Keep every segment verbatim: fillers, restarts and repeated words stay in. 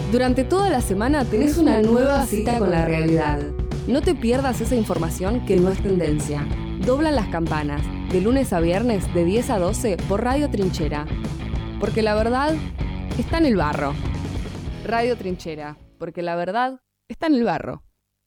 Durante toda la semana tenés una nueva cita con la realidad. No te pierdas esa información que no es tendencia. Doblan las campanas, de lunes a viernes de diez a doce por Radio Trinchera. Porque la verdad está en el barro. Radio Trinchera, porque la verdad está en el barro.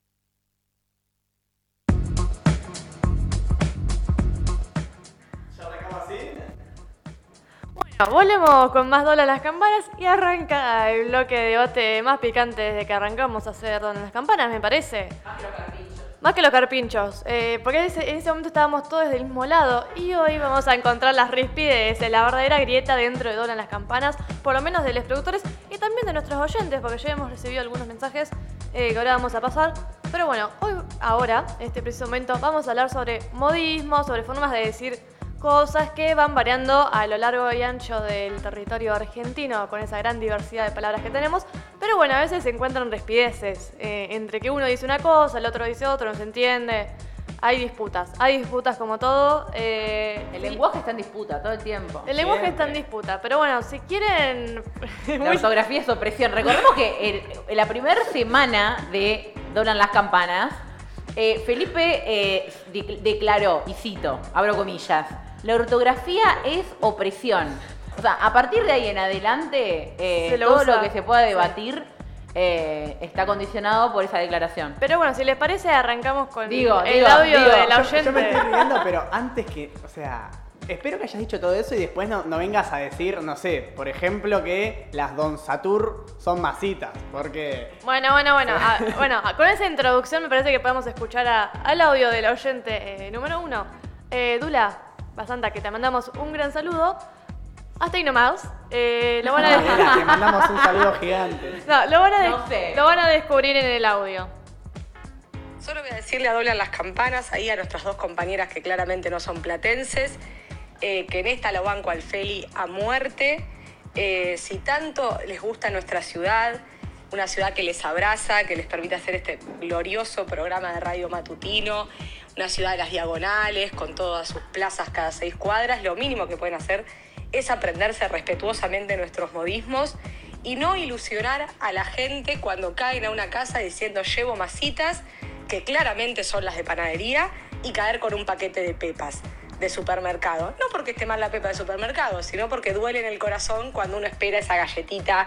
Bueno, volvemos con más Doblan las campanas y arranca el bloque de debate más picante desde que arrancamos a hacer Doblan las campanas, me parece. Más que los carpinchos. Más que los carpinchos, eh, porque en ese, en ese momento estábamos todos del mismo lado y hoy vamos a encontrar las rispideces, la verdadera grieta dentro de Doblan las campanas, por lo menos de los productores y también de nuestros oyentes, porque ya hemos recibido algunos mensajes eh, que ahora vamos a pasar. Pero bueno, hoy, ahora, en este preciso momento, vamos a hablar sobre modismos, sobre formas de decir cosas que van variando a lo largo y ancho del territorio argentino con esa gran diversidad de palabras que tenemos, pero bueno, a veces se encuentran rispideces eh, entre que uno dice una cosa, el otro dice otra, no se entiende, hay disputas, hay disputas como todo. Eh, el lenguaje está en disputa todo el tiempo. El lenguaje Siempre. está en disputa, pero bueno, si quieren... La ortografía es opresión. Recordemos que el, en la primera semana de Doblan las campanas, eh, Felipe eh, de- declaró, y cito, abro comillas, la ortografía es opresión. O sea, a partir de ahí en adelante, eh, Se lo todo usa. lo que se pueda debatir eh, está condicionado por esa declaración. Pero bueno, si les parece, arrancamos con Digo, el digo, audio digo. de la Yo, oyente. yo me estoy riendo, pero antes que, o sea, espero que hayas dicho todo eso y después no, no vengas a decir, no sé, por ejemplo, que las Don Satur son masitas, porque... Bueno, bueno, bueno. a- bueno, a- con esa introducción me parece que podemos escuchar a- al audio del oyente eh, número uno. Eh, Dula, Basanta, que te mandamos un gran saludo. Hasta ahí nomás. Eh, lo, van a Mira, te mandamos un saludo gigante. no, lo, van a de- No sé. lo van a descubrir en el audio. Solo voy a decirle a Doblan las campanas, ahí a nuestras dos compañeras que claramente no son platenses, eh, que en esta lo banco al Feli a muerte. Eh, si tanto les gusta nuestra ciudad, una ciudad que les abraza, que les permite hacer este glorioso programa de radio matutino, una ciudad de las diagonales, con todas sus plazas cada seis cuadras, lo mínimo que pueden hacer es aprenderse respetuosamente nuestros modismos y no ilusionar a la gente cuando caen a una casa diciendo llevo masitas, que claramente son las de panadería, y caer con un paquete de pepas de supermercado. No porque esté mal la pepa de supermercado, sino porque duele en el corazón cuando uno espera esa galletita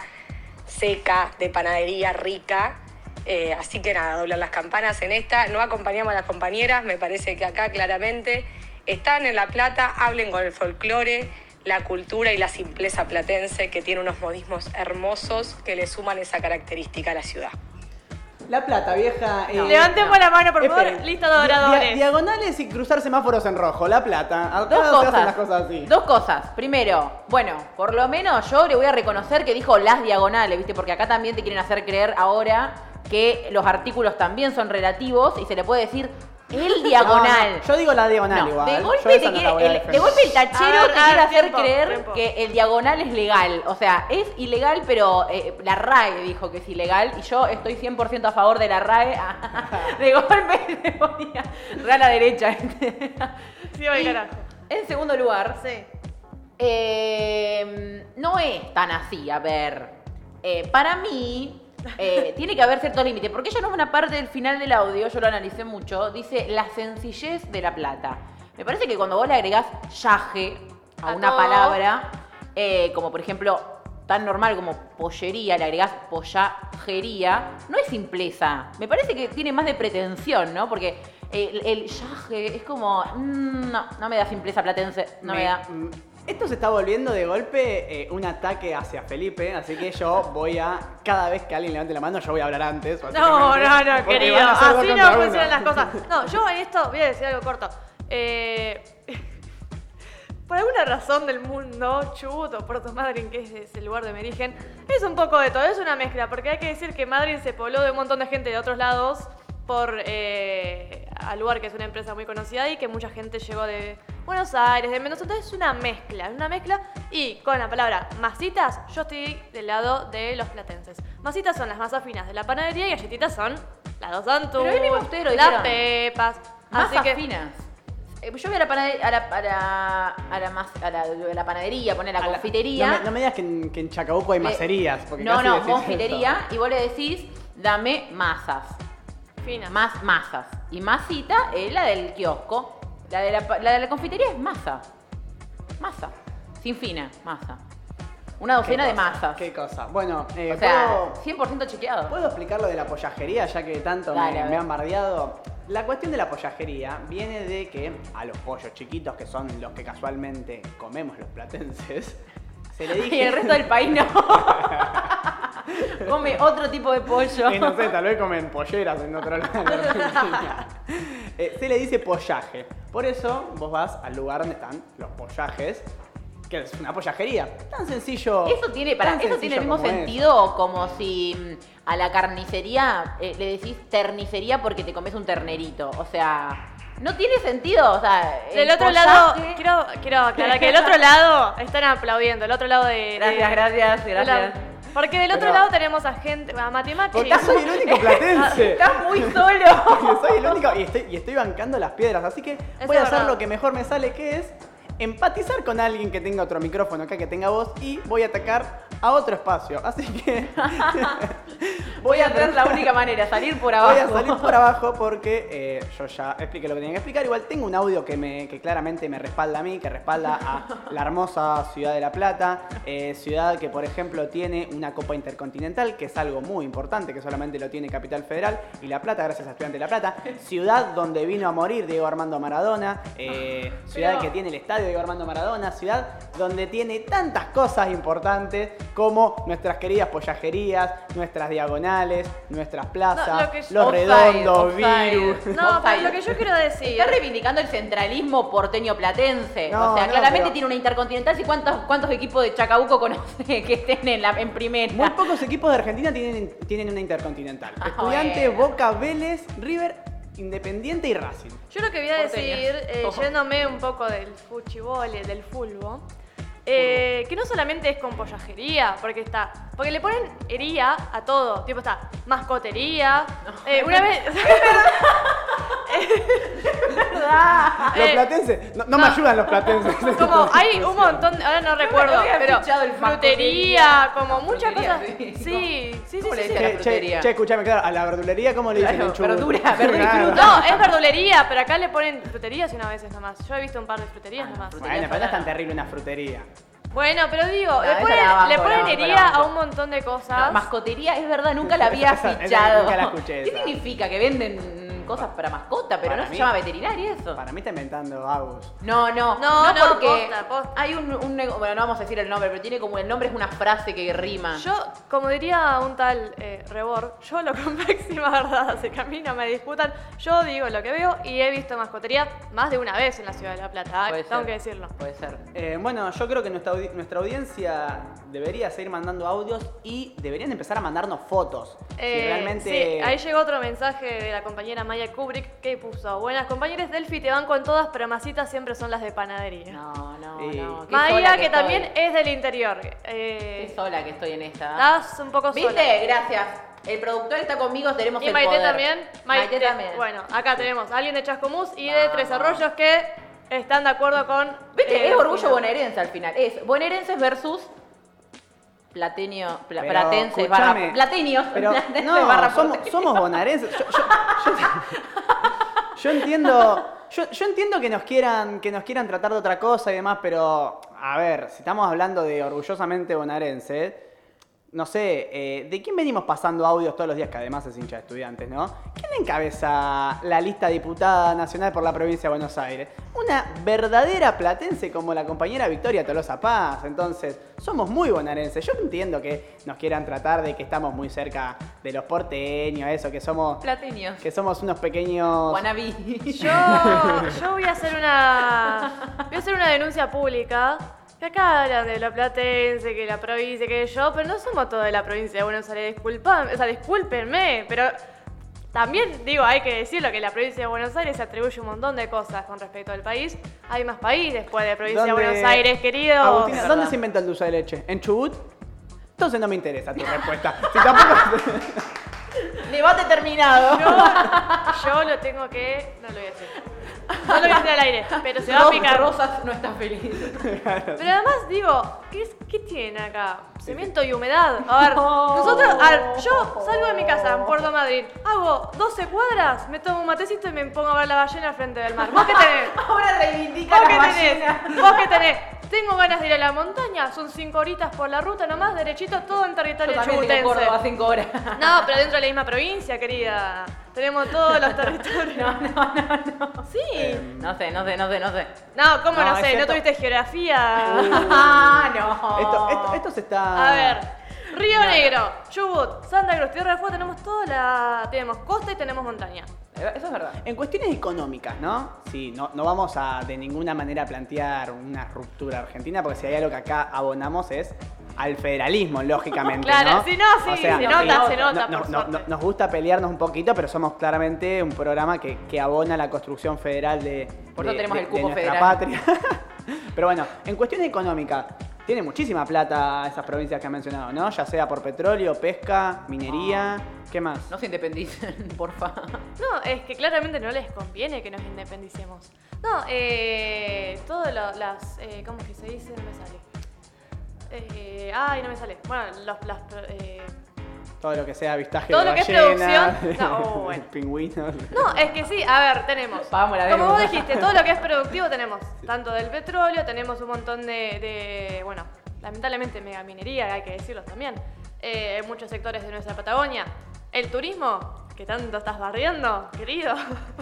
seca de panadería rica. Eh, así que nada, doblan las campanas en esta. No acompañamos a las compañeras, me parece que acá claramente están en La Plata, hablen con el folclore, la cultura y la simpleza platense, que tiene unos modismos hermosos que le suman esa característica a la ciudad. La Plata, vieja... eh, Levantemos la mano, por favor. esperen. Lista de oradores. Dia- diagonales y cruzar semáforos en rojo. La Plata. Acá Dos se cosas. hacen las cosas así. Dos cosas. Primero, bueno, por lo menos yo le voy a reconocer que dijo las diagonales, ¿viste? Porque acá también te quieren hacer creer ahora que los artículos también son relativos y se le puede decir el diagonal. No, no, yo digo la diagonal No, igual. de Yo golpe, esa te no quiere- la voy a el, de defender. golpe el tachero A ver, te a quiere ver, hacer tiempo, creer tiempo. que el diagonal es legal. O sea, es ilegal, pero eh, la R A E dijo que es ilegal y yo estoy cien por ciento a favor de la R A E. De golpe le ponía re a la derecha. Sí, voy, Y, carajo. en segundo lugar, Sí. eh, no es tan así, a ver. Eh, para mí, eh, tiene que haber ciertos límites, porque ella no es una parte del final del audio, yo lo analicé mucho, dice la sencillez de La Plata. Me parece que cuando vos le agregás yaje a, A una todo. palabra, eh, como por ejemplo, tan normal como pollería, le agregás pollajería, no es simpleza. Me parece que tiene más de pretensión, ¿no? Porque el, el yaje es como, mm, no, no me da simpleza platense, no me, da. mm, Esto se está volviendo de golpe eh, un ataque hacia Felipe, así que yo voy a, cada vez que alguien levante la mano, yo voy a hablar antes. No, básicamente, no, no, porque querido. van a ser dos Así no contra uno. funcionan las cosas. No, yo en esto voy a decir algo corto. Eh, por alguna razón del mundo, Chubut o Puerto Madryn, que es, es el lugar de mi origen, es un poco de todo, es una mezcla, porque hay que decir que Madryn se pobló de un montón de gente de otros lados por eh, al lugar que es una empresa muy conocida y que mucha gente llegó de Buenos Aires, de Mendoza, entonces es una mezcla, es una mezcla y con la palabra masitas yo estoy del lado de los platenses. Masitas son las masas finas de la panadería y galletitas son las dos Santur, Pero ahí mismo ustedes lo las dijeron. pepas, así Masas que finas. Eh, Yo voy a la, panade- a la, a la, a la, mas- a la, a la panadería, poner la A la- confitería. No me, no me digas que en, que en Chacabuco hay Le- macerías. Porque No, casi no, decís confitería. Y vos le decís, dame masas. Fina. Más masas. Y masita es la del kiosco. La de la, pa- la de la confitería es masa. Masa. Sin fina, masa. Una ¿Qué docena de cosa? masas. ¿Qué cosa? Bueno, eh, O sea, ¿puedo, cien por ciento chequeado. ¿puedo explicar lo de la pollajería ya que tanto Dale, me, a ver. me han bardeado? La cuestión de la pollajería viene de que a los pollos chiquitos, que son los que casualmente comemos los platenses, se le dije... Y el resto del país no. Come otro tipo de pollo. Y no sé, tal vez comen polleras en otro lado de la Argentina. Eh, se le dice pollaje. Por eso vos vas al lugar donde están los pollajes, que es una pollajería. Tan sencillo. Eso tiene, para, tan eso tiene el sencillo mismo como sentido como si mm, a la carnicería eh, le decís ternicería porque te comes un ternerito. O sea, no tiene sentido. O sea, el Del otro pollaje- lado, quiero, quiero aclarar que del otro lado están aplaudiendo, el otro lado de... Gracias, de- gracias, de la- gracias. porque del otro Pero- lado tenemos a gente, a Mati Machi. Porque soy el único platense. Estás muy solo. Porque soy el único y estoy, y estoy bancando las piedras. Así que voy a es hacer verdad. lo que mejor me sale, que es empatizar con alguien que tenga otro micrófono acá, que tenga voz, y voy a atacar a otro espacio. Así que Voy a hacer la única manera, salir por abajo. voy a salir por abajo porque eh, yo ya expliqué lo que tenía que explicar. Igual tengo un audio que, me, que claramente me respalda a mí, que respalda a la hermosa ciudad de La Plata. Eh, ciudad que, por ejemplo, tiene una Copa Intercontinental, que es algo muy importante, que solamente lo tiene Capital Federal y La Plata, gracias a Estudiantes de La Plata. Ciudad donde vino a morir Diego Armando Maradona. Eh, ciudad Pero- que tiene el estadio Diego Armando Maradona. Ciudad donde tiene tantas cosas importantes como nuestras queridas pollajerías, nuestras diagonales, nuestras plazas, No, lo que- los Offside, redondos, offside. virus. No, pero Offside. lo que yo quiero decir... Está reivindicando el centralismo porteño platense. No, o sea, no, claramente pero- tiene una intercontinental. ¿Y cuántos, cuántos equipos de Chacabuco conoce que estén en, la, en primera? Muy pocos equipos de Argentina tienen, tienen una intercontinental. Ah, Estudiantes, bueno. Boca, Vélez, River, Independiente y Racing. Yo lo que voy a Porteños. decir, eh, Ojo. yéndome un poco del fuchibole, del fulbo, eh, que no solamente es con pollajería, porque está, porque le ponen hería a todo, tipo está mascotería, eh, una vez, ¿Verdad? Los Eh, platenses, no, no me no. ayudan los platenses. como hay un montón, de- ahora no recuerdo, había pero escuchado el frutería, como muchas Frutería, cosas, sí. sí, sí, sí, ¿Cómo sí, le sí. decía la Che, che, frutería? che, escúchame, claro, a la verdulería, ¿cómo le dicen Claro, en Chubut? verdura, verdura y Claro. fruta. No, es verdulería, pero acá le ponen fruterías y una veces nomás. Yo he visto un par de fruterías Ah, nomás. frutería. Bueno, pero no es tan terrible una frutería. Bueno, pero digo, No, le esa ponen, la banco, le la ponen banco, la hería banco. a un montón de cosas. No, mascotería, es verdad, nunca la había Esa- esa fichado. nunca la escuché, ¿Qué esa. significa? ¿Que venden cosas para mascota, pero Para no mí- se llama veterinaria eso? Para mí está inventando Agus. No, no, No, no, porque posta, posta. hay un, un nego- bueno, no vamos a decir el nombre, pero tiene como el nombre es una frase que rima. Yo, como diría un tal eh, Rebor, yo lo con máxima verdad, así que a mí no me disputan. Yo digo lo que veo y he visto mascotería más de una vez en la ciudad de La Plata, Puede tengo ser. que decirlo. Puede ser. Eh, bueno, yo creo que nuestra, audi- nuestra audiencia debería seguir mandando audios y deberían empezar a mandarnos fotos. Eh, si realmente... Sí, ahí llegó otro mensaje de la compañera Maya Kubrick que puso: buenas compañeras, Delphi, te banco en todas, pero masitas siempre son las de panadería. No, no, Sí. no. qué sola Maya, que, estoy. también es del interior. Eh, Qué sola que estoy en esta. estás un poco ¿Viste? sola. Gracias. El productor está conmigo, tenemos Y el Maite poder. también. Maite, también. Bueno, acá tenemos a alguien de Chascomús y de Vamos. Tres Arroyos que están de acuerdo con. ¿Viste? eh, es orgullo Delfina. bonaerense al final. Es bonaerenses versus platenio, pla- Pero, platenses barra escuchame, platenios. Pero platenses no, barra somos, porteños. somos bonaerenses. Yo, yo- yo- yo entiendo, yo, yo entiendo que nos quieran, que nos quieran tratar de otra cosa y demás, pero a ver, si estamos hablando de orgullosamente bonaerense, no sé, eh, ¿de quién venimos pasando audios todos los días? Que además es hincha de Estudiantes, ¿no? ¿Quién encabeza la lista diputada nacional por la provincia de Buenos Aires? Una verdadera platense como la compañera Victoria Tolosa Paz. Entonces, somos muy bonaerenses. Yo entiendo que nos quieran tratar de que estamos muy cerca de los porteños, eso, que somos, Platenios. que somos unos pequeños... Wannabe. Yo, yo voy a hacer una. Voy a hacer una denuncia pública. Que acá hablan de la Platense, que la provincia, que yo, pero no somos todos de la provincia de Buenos Aires, disculpan, o sea, discúlpenme, pero también digo, hay que decirlo, que la provincia de Buenos Aires se atribuye un montón de cosas con respecto al país. Hay más país después de la provincia de ¿Dónde- Buenos Aires, querido. Agustina, Es ¿dónde verdad. se inventa el dulce de leche? ¿En Chubut? Entonces no me interesa tu respuesta. Si tampoco... Debate terminado. Yo, yo lo tengo que. No lo voy a decir. No lo voy a decir al aire, pero se va a Ros- picar. Rosas no está feliz. Pero además digo, ¿qué, es- qué tiene acá? Cemento y humedad. A ver, nosotros, a ver, yo salgo de mi casa en Puerto Madryn, hago doce cuadras, me tomo un matecito y me pongo a ver la ballena al frente del mar. ¿Vos qué tenés? Ahora reivindica ¿Vos la qué ballena. tenés? ¿Vos qué tenés? Tengo ganas de ir a la montaña, son cinco horitas por la ruta nomás, derechito, todo en Yo territorio también tengo chubutense. Córdoba cinco horas. No, pero dentro de la misma provincia, querida. Tenemos todos los territorios. No, no, no, no. Sí. No sé, no sé, no sé, no sé. No, ¿cómo No, no, es sé? ¿No cierto. tuviste geografía? Ah, no. Esto, esto, esto se está... A ver, Río Negro, Chubut, Santa Cruz, Tierra del Fuego, tenemos toda la... Tenemos costa y tenemos montaña. Eso es verdad. En cuestiones económicas, ¿no? Sí, no, no vamos a de ninguna manera plantear una ruptura argentina, porque si hay algo que acá abonamos es al federalismo, lógicamente, Claro, ¿no? sí, no, sí, se nota, se nota, no- por no- suerte. no- nos gusta pelearnos un poquito, pero somos claramente un programa que, que abona la construcción federal de, Por eso de- tenemos de- el cupo de nuestra federal. patria. Pero bueno, en cuestión económica, tiene muchísima plata esas provincias que han mencionado, ¿no? Ya sea por petróleo, pesca, minería, ¿qué más? No se independicen, porfa. No, es que claramente no les conviene que nos independicemos. No, eh... Todo lo, las... Eh, ¿Cómo es que se dice? No me sale. Eh, ay, no me sale. Bueno, los... Las, eh, Todo lo que sea avistaje Todo de lo que es ballenas, producción. No, oh, bueno. pingüinos. No, es que sí, a ver, tenemos. Vamos, la Como demo. vos dijiste, todo lo que es productivo tenemos. Tanto del petróleo, tenemos un montón de, de bueno, lamentablemente megaminería, hay que decirlo también. Eh, en muchos sectores de nuestra Patagonia. El turismo, que tanto estás barriendo, querido.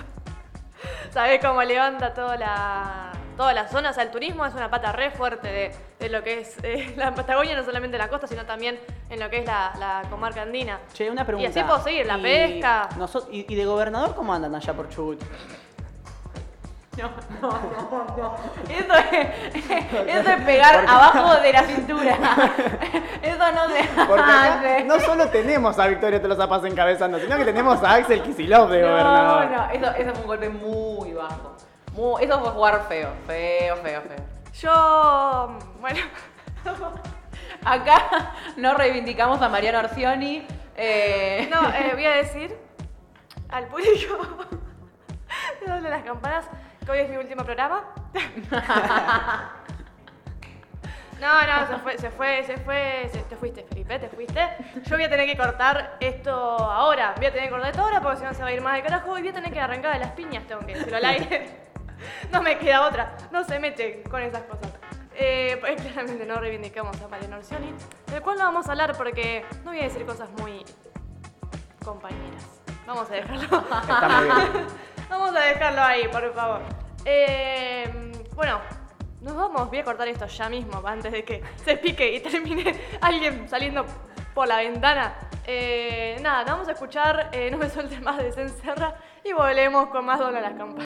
¿Sabés cómo levanta toda la, toda la zona? O sea, el turismo es una pata re fuerte de, de lo que es eh, la Patagonia, no solamente en la costa, sino también en lo que es la, la comarca andina. Che, una pregunta. Y así puedo seguir, la Y pesca. noso- y, y de gobernador cómo andan allá por Chubut? No, no, no, no. Eso es, eso es pegar Porque- abajo de la cintura. Eso no se Porque acá hace. no solo tenemos a Victoria Tolosa Paz encabezando, sino que tenemos a Axel Kicillof de No, gobernador. no, eso, eso fue un golpe muy bajo. Muy- eso fue jugar feo, feo, feo, feo. Yo, bueno, Acá no reivindicamos a Mariano Orsioni. Eh, no, eh, voy a decir al público de Doble las Campanas que hoy es mi último programa. No, no, se fue, se fue, se fue, se- te fuiste, Felipe, te fuiste. Yo voy a tener que cortar esto ahora, voy a tener que cortar esto ahora porque si no se va a ir más de carajo y voy a tener que arrancar de las piñas, tengo que decirlo al aire. No me queda otra, no se mete con esas cosas. Eh, pues claramente no reivindicamos a Mariano Orsioni, del cual no vamos a hablar porque no voy a decir cosas muy compañeras. Vamos a dejarlo. Está muy bien. Vamos a dejarlo ahí, por favor. Eh, bueno, nos vamos. Voy a cortar esto ya mismo, antes de que se pique y termine alguien saliendo por la ventana. Eh, nada, nos vamos a escuchar eh, No me sueltes más de Cencerra y volvemos con más Doble las Campanas.